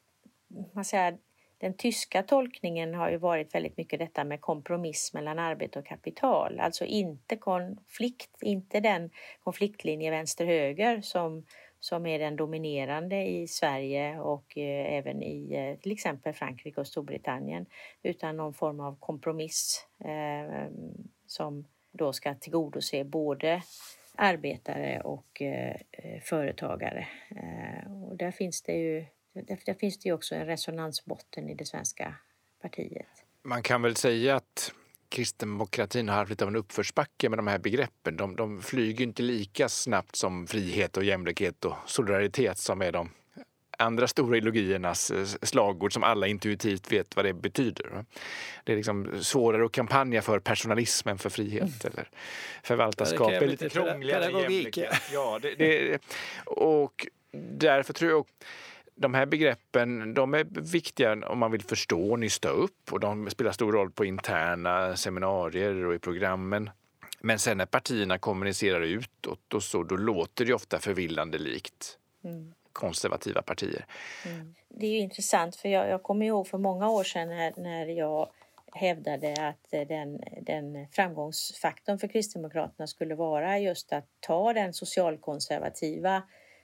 Man säger, den tyska tolkningen har ju varit väldigt mycket detta med kompromiss mellan arbete och kapital. Alltså inte konflikt, inte den konfliktlinje vänster-höger som, som är den dominerande i Sverige och eh, även i eh, till exempel Frankrike och Storbritannien, utan någon form av kompromiss eh, som då ska tillgodose både arbetare och eh, företagare. Eh, och där finns det ju där, där finns det ju också en resonansbotten i det svenska partiet. Man kan väl säga att kristdemokratin har haft lite av en uppförsbacke med de här begreppen. De, de flyger inte lika snabbt som frihet och jämlikhet och solidaritet som är de andra stora ideologiernas slagord som alla intuitivt vet vad det betyder. Det är liksom svårare att kampanja för personalism än för frihet mm. eller förvaltarskap. Ja, det är lite krångligare än jämlikhet. Ja, det, det, och därför tror jag de här begreppen, de är viktiga om man vill förstå och nysta upp, och de spelar stor roll på interna seminarier och i programmen. Men sen när partierna kommunicerar utåt och så, då låter det ofta förvillande likt mm. konservativa partier. Mm. Det är ju intressant, för jag, jag kommer ihåg för många år sedan när, när jag hävdade att den, den framgångsfaktorn för Kristdemokraterna skulle vara just att ta den socialkonservativa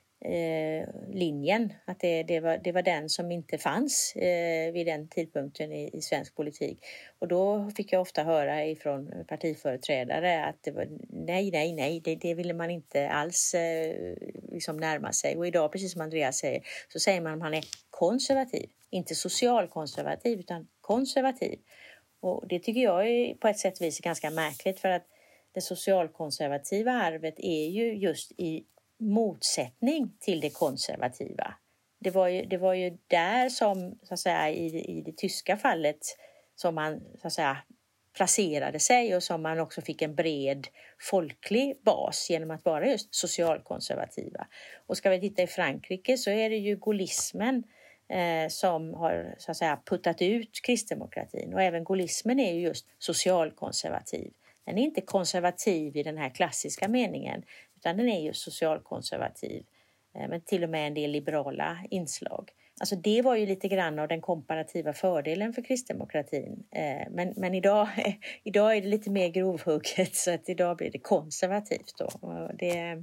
Eh, linjen, att det, det, var, det var den som inte fanns eh, vid den tidpunkten i, i svensk politik. Och då fick jag ofta höra ifrån partiföreträdare att det var, nej, nej, nej, det, det ville man inte alls eh, liksom närma sig. Och idag, precis som Andreas säger, så säger man att man är konservativ, inte socialkonservativ utan konservativ. Och det tycker jag är på ett sätt och vis ganska märkligt, för att det socialkonservativa arvet är ju just i motsättning till det konservativa. Det var ju, det var ju där som, så att säga, i, i det tyska fallet som man, så att säga, placerade sig och som man också fick en bred folklig bas genom att vara just socialkonservativa. Och ska vi titta i Frankrike så är det ju gaullismen eh, som har, så att säga, puttat ut kristdemokratin, och även gaullismen är ju just socialkonservativ. Den är inte konservativ i den här klassiska meningen, utan den är ju socialkonservativ, men till och med en del liberala inslag. Alltså det var ju lite grann av den komparativa fördelen för kristdemokratin. Men, men idag, idag är det lite mer grovhugget, så att idag blir det konservativt då. Det...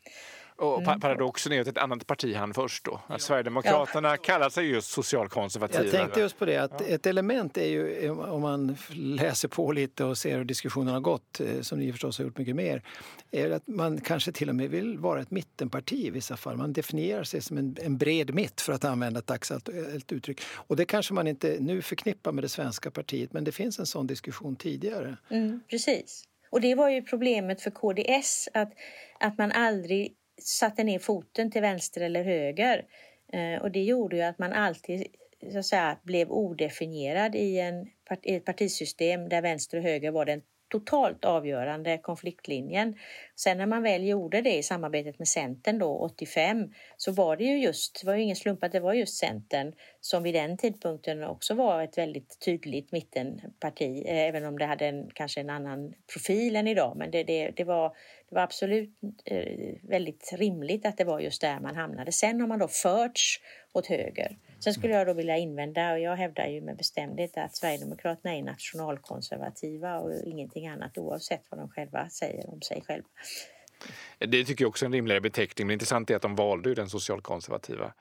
Och mm. paradoxen är att ett annat parti hann först då. Att ja. Sverigedemokraterna ja. kallar sig just socialkonservativa. Jag tänkte just på det, att ja. ett element är ju, om man läser på lite och ser hur diskussionen har gått, som ni förstås har gjort mycket mer, är att man kanske till och med vill vara ett mittenparti i vissa fall. Man definierar sig som en, en bred mitt, för att använda ett dagsaktuellt uttryck. Och det kanske man inte nu förknippar med det svenska partiet, men det finns en sån diskussion tidigare. Mm, precis. Och det var ju problemet för K D S, att, att man aldrig satte ner foten till vänster eller höger. Eh, och det gjorde ju att man alltid, så att säga, blev odefinierad i, en, i ett partisystem där vänster och höger var den totalt avgörande konfliktlinjen. Sen när man väl gjorde det i samarbetet med Centern då åttiofem, så var det ju just, det var ju ingen slump att det var just Centern som vid den tidpunkten också var ett väldigt tydligt mittenparti, även om det hade en, kanske en annan profil än idag, men det, det, det, var, det var absolut eh, väldigt rimligt att det var just där man hamnade. Sen har man då förts åt höger. Sen skulle jag då vilja invända, och jag hävdar ju med bestämdhet att Sverigedemokraterna är nationalkonservativa och ingenting annat oavsett vad de själva säger om sig själva. Det tycker jag också är en rimligare beteckning, men intressant är att de valde ju den socialkonservativa.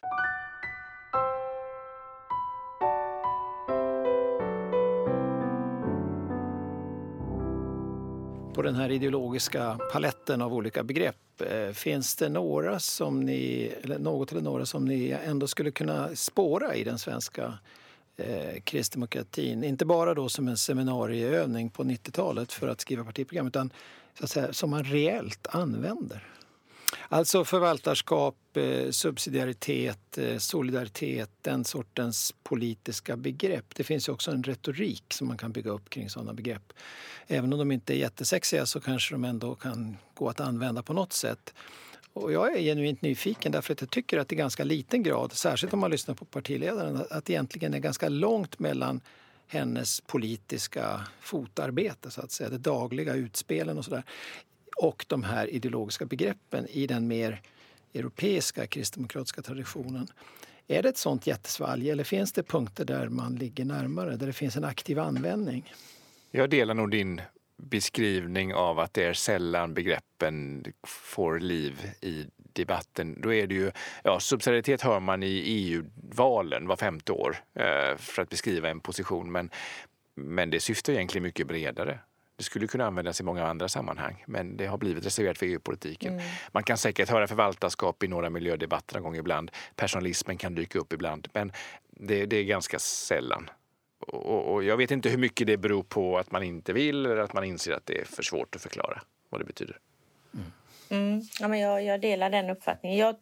På den här ideologiska paletten av olika begrepp, eh, finns det några som ni, eller något eller några som ni ändå skulle kunna spåra i den svenska eh, kristdemokratin? Inte bara då som en seminarieövning på nittiotalet för att skriva partiprogram, utan så att säga, som man reellt använder. Alltså förvaltarskap, eh, subsidiaritet, eh, solidaritet, den sortens politiska begrepp. Det finns ju också en retorik som man kan bygga upp kring sådana begrepp. Även om de inte är jättesexiga så kanske de ändå kan gå att använda på något sätt. Och jag är genuint nyfiken därför att jag tycker att i ganska liten grad, särskilt om man lyssnar på partiledaren, att det egentligen är ganska långt mellan hennes politiska fotarbete, så att säga, det dagliga utspelen och sådär, och de här ideologiska begreppen i den mer europeiska kristdemokratiska traditionen. Är det ett sånt jättesvalg eller finns det punkter där man ligger närmare, där det finns en aktiv användning? Jag delar nog din beskrivning av att det är sällan begreppen får liv i debatten. Då är det ju, ja, subsidiaritet hör man i E U-valen var femte år eh, för att beskriva en position, men, men det syftar egentligen mycket bredare. Det skulle kunna användas i många andra sammanhang, men det har blivit reserverat för E U-politiken. Mm. Man kan säkert höra förvaltarskap i några miljödebatter en gång ibland. Personalismen kan dyka upp ibland, men det, det är ganska sällan. Och, och jag vet inte hur mycket det beror på att man inte vill eller att man inser att det är för svårt att förklara vad det betyder. Mm. Mm. Ja, men jag, jag delar den uppfattningen. Jag,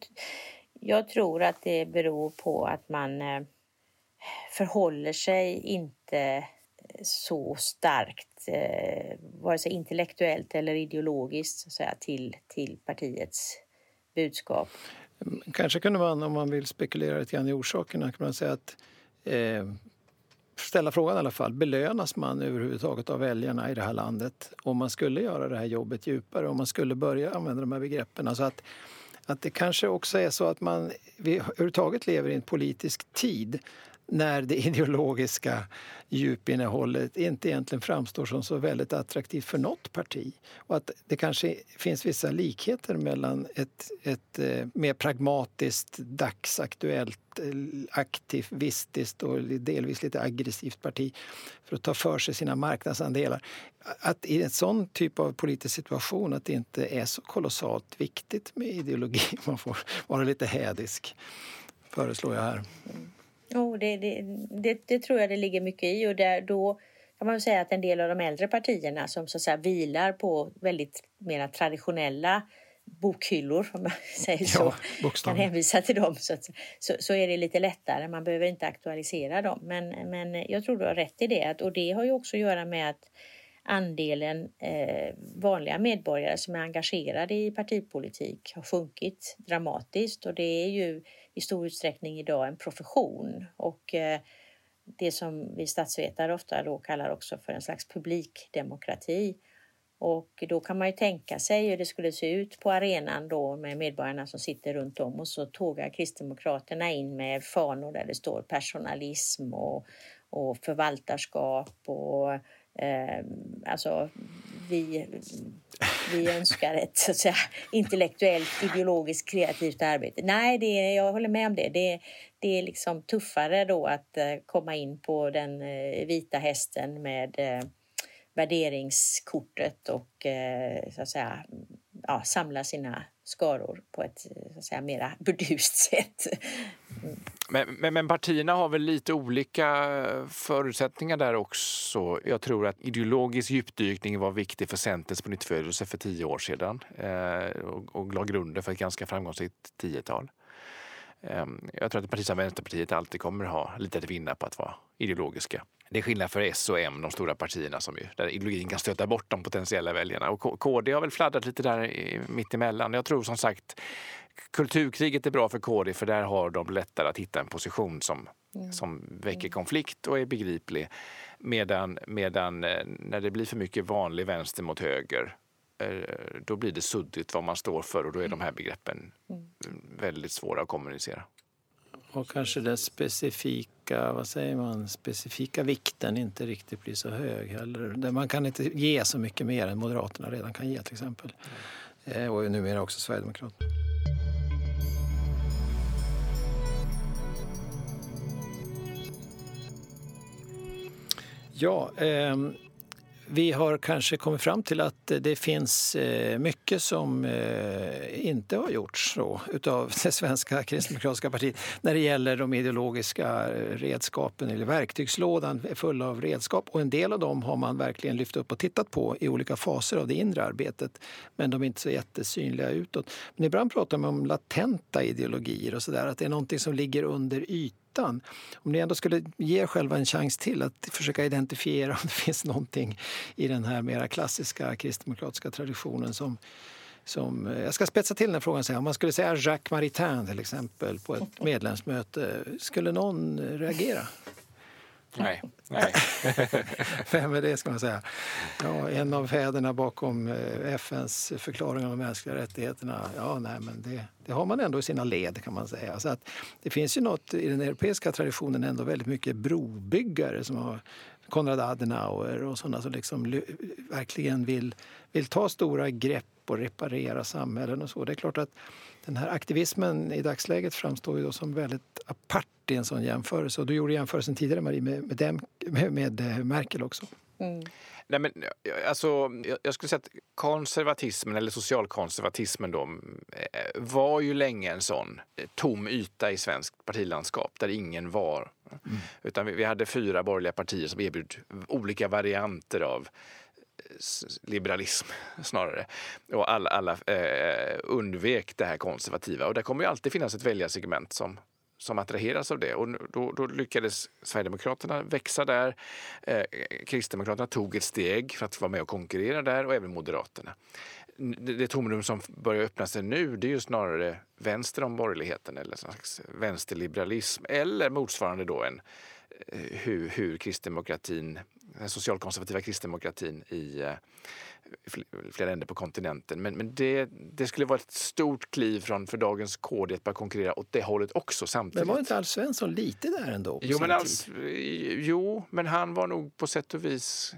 jag tror att det beror på att man eh, förhåller sig inte så starkt, eh, vare sig intellektuellt eller ideologiskt, så att säga, till, till partiets budskap. Kanske kunde man, om man vill spekulera lite grann i orsakerna, kan man säga att eh, ställa frågan i alla fall, belönas man överhuvudtaget av väljarna i det här landet om man skulle göra det här jobbet djupare, om man skulle börja använda de här begreppen? Alltså att, att det kanske också är så att man vi överhuvudtaget lever i en politisk tid när det ideologiska djupinnehållet inte egentligen framstår som så väldigt attraktivt för något parti. Och att det kanske finns vissa likheter mellan ett, ett mer pragmatiskt, dagsaktuellt, aktivistiskt och delvis lite aggressivt parti för att ta för sig sina marknadsandelar. Att i en sån typ av politisk situation att det inte är så kolossalt viktigt med ideologi, man får vara lite hädisk, föreslår jag här. Oh, det, det, det, det tror jag det ligger mycket i, och där, då kan man säga att en del av de äldre partierna som så att säga vilar på väldigt mer traditionella bokhyllor, om man säger så, ja, kan hänvisa till dem, så, att, så, så är det lite lättare, man behöver inte aktualisera dem, men, men jag tror du har rätt i det, att, och det har ju också att göra med att andelen eh, vanliga medborgare som är engagerade i partipolitik har sjunkit dramatiskt, och det är ju i stor utsträckning idag en profession, och eh, det som vi statsvetare ofta då kallar också för en slags publikdemokrati. Och då kan man ju tänka sig hur det skulle se ut på arenan då med medborgarna som sitter runt om, och så tågar Kristdemokraterna in med fanor där det står personalism och, och förvaltarskap och eh, alltså vi, vi önskar ett så att säga, intellektuellt, ideologiskt, kreativt arbete. Nej, det är, jag håller med om det. Det, det är liksom tuffare då att eh, komma in på den eh, vita hästen med eh, värderingskortet och eh, så att säga, ja, samla sina skaror på ett så att säga, mera burdust sätt. Mm. Men, men, men partierna har väl lite olika förutsättningar där också. Jag tror att ideologisk djupdykning var viktig för Centerns pånyttfödelse för tio år sedan eh, och, och la grunden för ett ganska framgångsrikt tiotal. Eh, jag tror att ett parti som Vänsterpartiet alltid kommer ha lite att vinna på att vara ideologiska. Det är skillnad för S och M, de stora partierna, som ju, där ideologin kan stöta bort de potentiella väljarna. Och K D har väl fladdrat lite där mittemellan. Jag tror som sagt kulturkriget är bra för K D, för där har de lättare att hitta en position som, mm. som väcker konflikt och är begriplig. Medan, medan när det blir för mycket vanlig vänster mot höger, då blir det suddigt vad man står för, och då är de här begreppen mm. väldigt svåra att kommunicera. och kanske den specifika, vad säger man, specifika vikten inte riktigt blir så hög heller. Man kan inte ge så mycket mer än Moderaterna redan kan ge till exempel. Mm. Och numera också Sverigedemokraterna. Ja, eh, vi har kanske kommit fram till att det finns eh, mycket som eh, inte har gjorts så utav det svenska kristdemokratiska partiet när det gäller de ideologiska redskapen eller verktygslådan är full av redskap, och en del av dem har man verkligen lyft upp och tittat på i olika faser av det inre arbetet, men de är inte så jättesynliga utåt. Men ibland pratar man om latenta ideologier och sådär, att det är någonting som ligger under ytan. Om ni ändå skulle ge er själva en chans till att försöka identifiera om det finns någonting i den här mera klassiska kristdemokratiska traditionen som, som jag ska spetsa till den här frågan. Om man skulle säga Jacques Maritain till exempel på ett medlemsmöte, skulle någon reagera? Nej. Nej. Vem är det ska man säga? Ja, en av fäderna bakom F N:s förklaring om de mänskliga rättigheterna. Ja, nej, men det, det har man ändå i sina led kan man säga. Så att det finns ju något i den europeiska traditionen ändå väldigt mycket brobyggare som har Konrad Adenauer och sådana som liksom verkligen vill, vill ta stora grepp och reparera samhällen och så. Det är klart att den här aktivismen i dagsläget framstår ju då som väldigt apart i en sån jämförelse. Och du gjorde jämförelsen tidigare, Marie, med, med, dem, med, med Merkel också. Mm. Nej, men, alltså, jag skulle säga att konservatismen eller socialkonservatismen då, var ju länge en sån tom yta i svenskt partilandskap där ingen var. Mm. Utan vi, vi hade fyra borgerliga partier som erbjöd olika varianter av liberalism snarare. Och alla, alla eh, undvek det här konservativa. Och det kommer ju alltid finnas ett väljarsegment som som attraheras av det. Och då, då lyckades Sverigedemokraterna växa där. Eh, Kristdemokraterna tog ett steg för att vara med och konkurrera där, och även Moderaterna. Det, det tomrum som börjar öppna sig nu, det är ju snarare vänster om borgerligheten eller en slags vänsterliberalism, eller motsvarande då en hur, hur kristdemokratin, den socialkonservativa kristdemokratin i eh, flera länder på kontinenten. Men, men det, det skulle vara ett stort kliv från för dagens K D att bara konkurrera åt det hållet också samtidigt. Men var inte Alf Svensson lite där ändå? Jo men, Alf, jo, men han var nog på sätt och vis...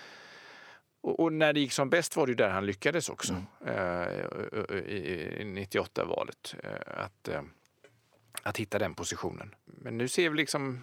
Och, och när det gick som bäst var det ju där han lyckades också. Mm. Eh, i, i nittioåtta-valet. Eh, att, eh, att hitta den positionen. Men nu ser vi liksom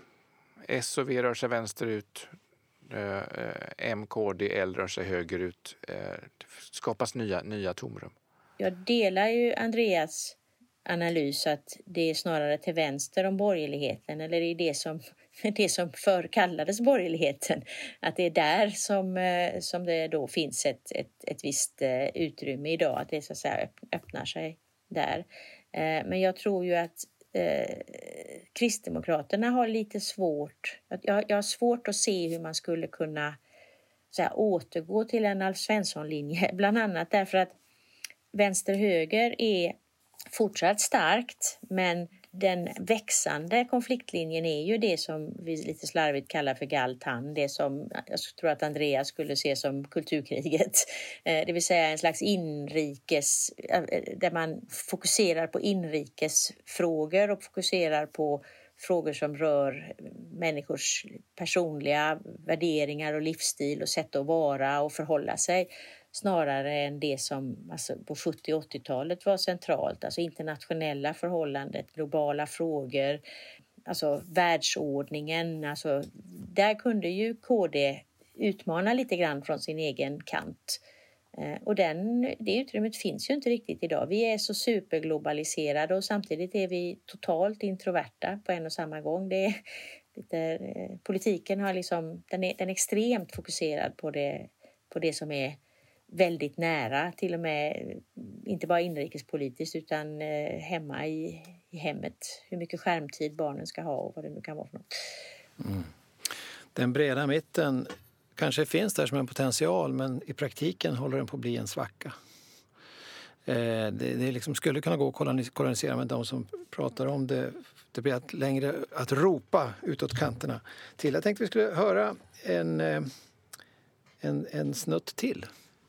S och V rör sig vänsterut. Uh, M, K, D, L rör sig högerut. Uh, det skapas nya, nya tomrum. Jag delar ju Andreas analys att det är snarare till vänster om borgerligheten, eller det är det som, det som förr kallades borgerligheten. Att det är där som, som det då finns ett, ett, ett visst utrymme idag, att det så att säga öppnar sig där. Men jag tror ju att Eh, Kristdemokraterna har lite svårt, jag, jag har svårt att se hur man skulle kunna så här, återgå till en Alf Svensson-linje, bland annat därför att vänster-höger är fortsatt starkt, men den växande konfliktlinjen är ju det som vi lite slarvigt kallar för Galtan, det som jag tror att Andreas skulle se som kulturkriget, det vill säga en slags inrikes, där man fokuserar på inrikesfrågor och fokuserar på frågor som rör människors personliga värderingar och livsstil och sätt att vara och förhålla sig, snarare än det som alltså, på sjuttio- och åttiotalet var centralt. Alltså internationella förhållanden, globala frågor, alltså världsordningen. Alltså, där kunde ju K D utmana lite grann från sin egen kant. Eh, och den, det utrymmet finns ju inte riktigt idag. Vi är så superglobaliserade och samtidigt är vi totalt introverta på en och samma gång. Det är lite, eh, politiken har liksom, den är, den är extremt fokuserad på det, på det som är väldigt nära, till och med inte bara inrikespolitiskt utan eh, hemma i, i hemmet. Hur mycket skärmtid barnen ska ha och vad det nu kan vara för något. Mm. Den breda mitten kanske finns där som en potential, men i praktiken håller den på att bli en svacka. Eh, det det liksom skulle kunna gå att kolonis- kolonisera med de som pratar om det. Det blir att längre att ropa utåt kanterna till. Jag tänkte vi skulle höra en, en, en snutt till.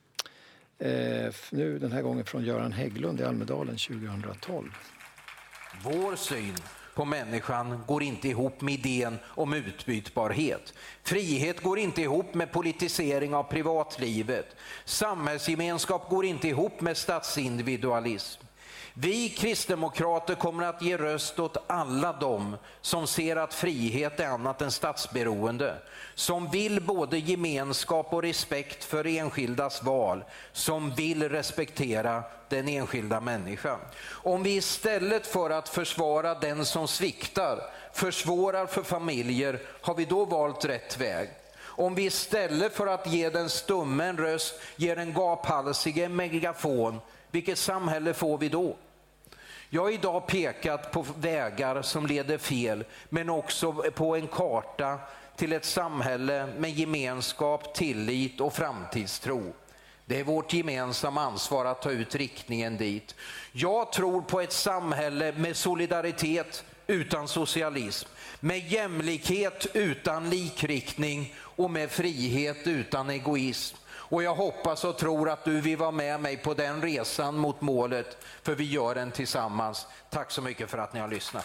Eh, nu den här gången från Göran Hägglund i Almedalen tjugohundratolv. Vår syn på människan går inte ihop med idén om utbytbarhet. Frihet går inte ihop med politisering av privatlivet. Samhällsgemenskap går inte ihop med statsindividualism. Vi kristdemokrater kommer att ge röst åt alla dem som ser att frihet är annat än statsberoende, som vill både gemenskap och respekt för enskildas val, som vill respektera den enskilda människan. Om vi istället för att försvara den som sviktar försvårar för familjer, har vi då valt rätt väg? Om vi istället för att ge den stumme en röst ger en gaphalsige en megafon, vilket samhälle får vi då? Jag har idag pekat på vägar som leder fel, men också på en karta till ett samhälle med gemenskap, tillit och framtidstro. Det är vårt gemensamma ansvar att ta ut riktningen dit. Jag tror på ett samhälle med solidaritet utan socialism, med jämlikhet utan likriktning och med frihet utan egoism. Och jag hoppas och tror att du vill vara med mig på den resan mot målet, för vi gör den tillsammans. Tack så mycket för att ni har lyssnat.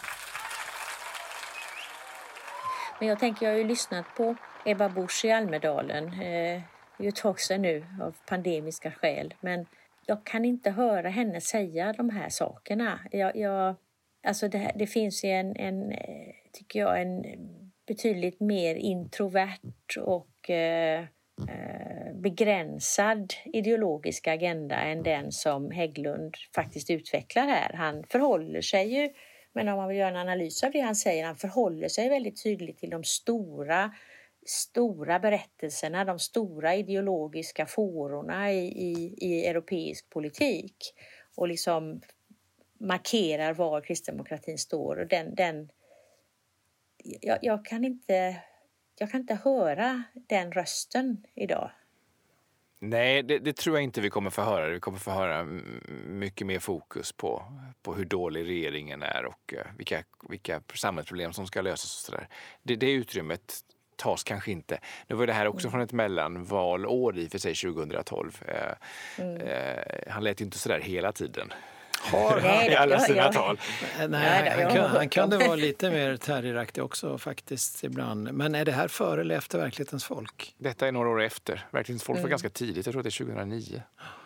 Men jag tänker, jag har ju lyssnat på Ebba Busch i Almedalen. Eh, det är ju ett tag sedan nu av pandemiska skäl. Men jag kan inte höra henne säga de här sakerna. Jag, jag, alltså det, det finns ju en, en, tycker jag, en betydligt mer introvert och eh, begränsad ideologisk agenda än den som Hägglund faktiskt utvecklar här. Han förhåller sig ju, men om man vill göra en analys av det han säger, han förhåller sig väldigt tydligt till de stora, stora berättelserna, de stora ideologiska fårorna i, i, i europeisk politik och liksom markerar var kristdemokratin står. Och den, den, jag, jag kan inte... Jag kan inte höra den rösten idag. Nej, det, det tror jag inte vi kommer få höra. Vi kommer få höra mycket mer fokus på, på hur dålig regeringen är och uh, vilka, vilka samhällsproblem som ska lösas och sådär. Det, det utrymmet tas kanske inte. Nu var det här också mm. från ett mellanvalår i för sig tjugohundratolv. Uh, mm. uh, han lät ju inte sådär hela tiden. Har han i alla sina tal. Nej, han, kan, han kunde vara lite mer terroraktig också faktiskt ibland. Men är det här före eller efter Verklighetens folk? Detta är några år efter. Verklighetens folk mm. var ganska tidigt, jag tror att det är tjugohundranio.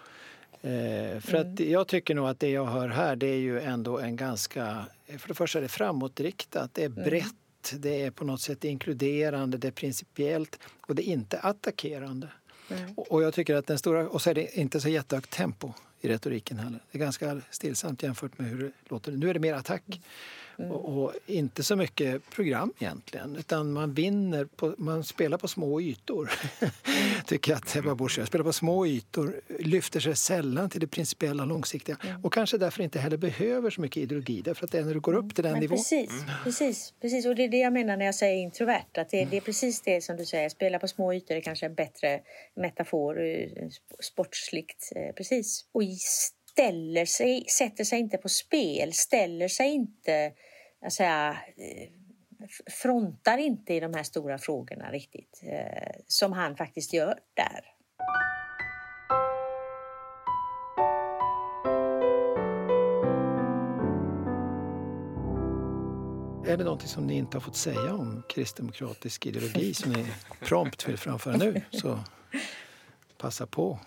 Eh, för mm. att jag tycker nog att det jag hör här, det är ju ändå en ganska, för det första är det framåtriktat, det är brett, mm. det är på något sätt inkluderande, det är principiellt och det är inte attackerande. Mm. Och, och jag tycker att den stora, och så är det inte så jättehögt tempo i retoriken heller. Det är ganska stillsamt jämfört med hur det låter. Nu är det mer attack mm. och, och inte så mycket program egentligen, utan man vinner på, man spelar på små ytor. Tycker jag att Ebba Busch spelar på små ytor, lyfter sig sällan till det principiella långsiktiga mm. och kanske därför inte heller behöver så mycket ideologi, därför att det är när du går upp till den Men nivån. Precis, mm. precis, precis, och det är det jag menar när jag säger introvert, att det, mm. det är precis det som du säger, spela på små ytor är kanske en bättre metafor, sportsligt, precis. Och ställer sig, sätter sig inte på spel, ställer sig inte, jag säga, frontar inte i de här stora frågorna riktigt, eh, som han faktiskt gör där. Är det något som ni inte har fått säga om kristdemokratisk ideologi som ni prompt vill framföra nu, så passa på.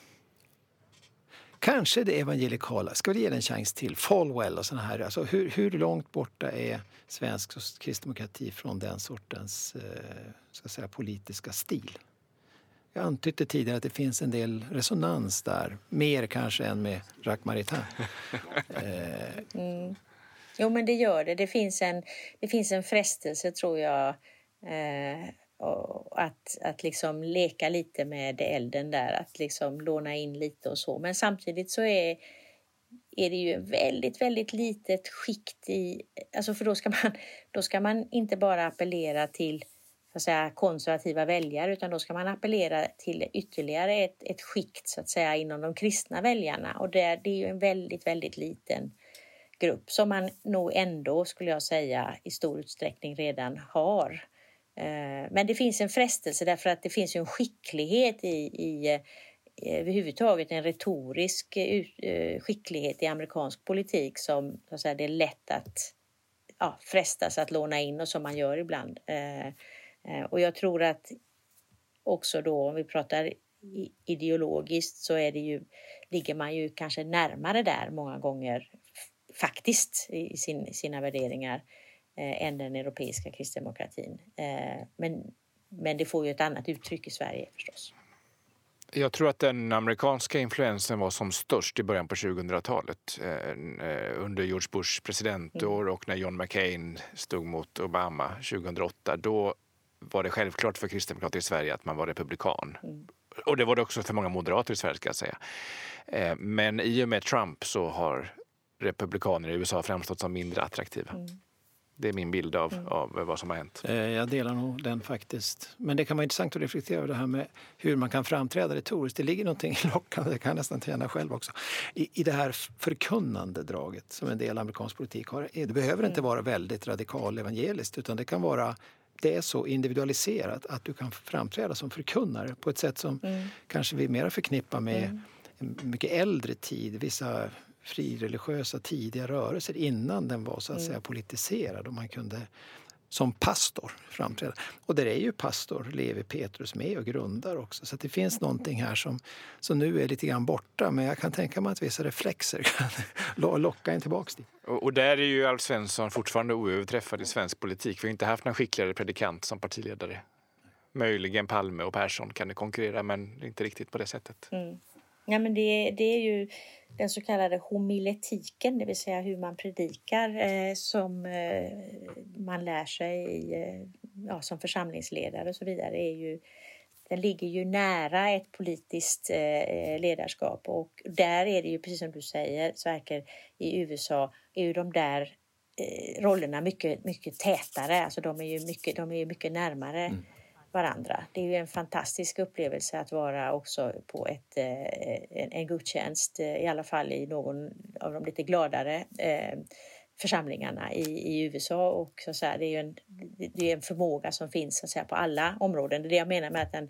Kanske det evangelikala. Ska vi ge den en chans till? Falwell och såna här. Alltså hur, hur långt borta är svensk kristdemokrati från den sortens eh, ska säga, politiska stil? Jag antydde tidigare att det finns en del resonans där. Mer kanske än med Jacques Maritain. eh. mm. Jo, men det gör det. Det finns en, det finns en frestelse, tror jag, eh, att, att liksom leka lite med elden där. Att liksom låna in lite och så. Men samtidigt så är, är det ju väldigt, väldigt litet skikt i... Alltså för då ska man, då ska man inte bara appellera till, så att säga, konservativa väljare, utan då ska man appellera till ytterligare ett, ett skikt, så att säga, inom de kristna väljarna. Och det, det är ju en väldigt, väldigt liten grupp som man nog ändå, skulle jag säga, i stor utsträckning redan har. Men det finns en frestelse, därför att det finns ju en skicklighet i, i överhuvudtaget, en retorisk skicklighet i amerikansk politik som, så att säga, det är lätt att ja, frestas att låna in och som man gör ibland. Och jag tror att också då om vi pratar ideologiskt så är det ju, ligger man ju kanske närmare där många gånger faktiskt i sin, sina värderingar eh, än den europeiska kristdemokratin. Eh, men, men det får ju ett annat uttryck i Sverige förstås. Jag tror att den amerikanska influensen var som störst i början på tjugohundratalet eh, under George Bush presidentår mm. och när John McCain stod mot Obama tjugohundraåtta. Då var det självklart för kristdemokrater i Sverige att man var republikan. Mm. Och det var det också för många moderater i Sverige ska jag säga. Eh, men i och med Trump så har republikaner i U S A framstått som mindre attraktiva. Mm. Det är min bild av, mm. av vad som har hänt. Jag delar nog den faktiskt. Men det kan vara intressant att reflektera över det här med hur man kan framträda retoriskt. Det ligger någonting lockande, det kan jag nästan känna själv också. I, i det här förkunnande draget som en del amerikansk politik har. Det behöver mm. inte vara väldigt radikal evangeliskt utan det kan vara, det är så individualiserat att du kan framträda som förkunnare på ett sätt som mm. kanske vi mer förknippar med mm. en mycket äldre tid, vissa frireligiösa tidiga rörelser innan den var så att säga politiserad och man kunde som pastor framträda. Och där är ju pastor Levi Petrus med och grundar också. Så att det finns någonting här som, som nu är lite grann borta. Men jag kan tänka mig att vissa reflexer kan locka en tillbaka dit. Och, och där är ju Alf Svensson fortfarande oöverträffad i svensk politik. Vi har inte haft någon skickligare predikant som partiledare. Möjligen Palme och Persson kan det konkurrera men inte riktigt på det sättet. Mm. Ja, men det, det är ju den så kallade homiletiken, det vill säga hur man predikar eh, som eh, man lär sig i, eh, ja, som församlingsledare och så vidare. Är ju, den ligger ju nära ett politiskt eh, ledarskap och där är det ju precis som du säger, så verkar i U S A är ju de där eh, rollerna mycket, mycket tätare, alltså de är ju mycket, de är ju mycket närmare mm. varandra. Det är ju en fantastisk upplevelse att vara också på ett, en, en gudstjänst, i alla fall i någon av de lite gladare eh, församlingarna i, i U S A. Och så att säga, det är ju en, det är en förmåga som finns så att säga, på alla områden. Det är det jag menar med att den,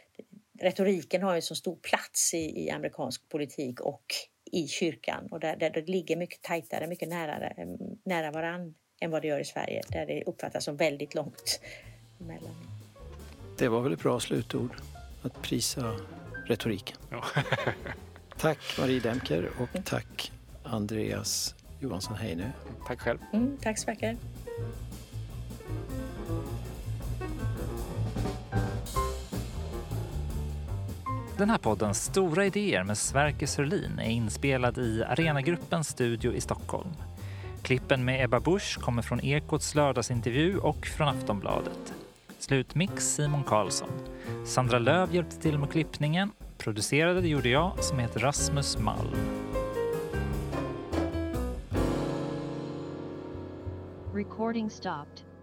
retoriken har ju så stor plats i, i amerikansk politik och i kyrkan. Och där, där det ligger mycket tajtare, mycket nära, nära varann än vad det gör i Sverige. Där det uppfattas som väldigt långt emellan. Det var väl ett bra slutord att prisa retoriken. Ja. Tack Marie Demker och tack Andreas Johansson Heinö. Tack själv. Mm, tack så mycket. Den här podden Stora idéer med Sverker Sörlin är inspelad i Arenagruppens studio i Stockholm. Klippen med Ebba Busch kommer från Ekots lördagsintervju och från Aftonbladet. Slutmix Simon Karlsson. Sandra Löv hjälpte till med klippningen. Producerade gjorde jag som heter Rasmus Malm. Recording stopped.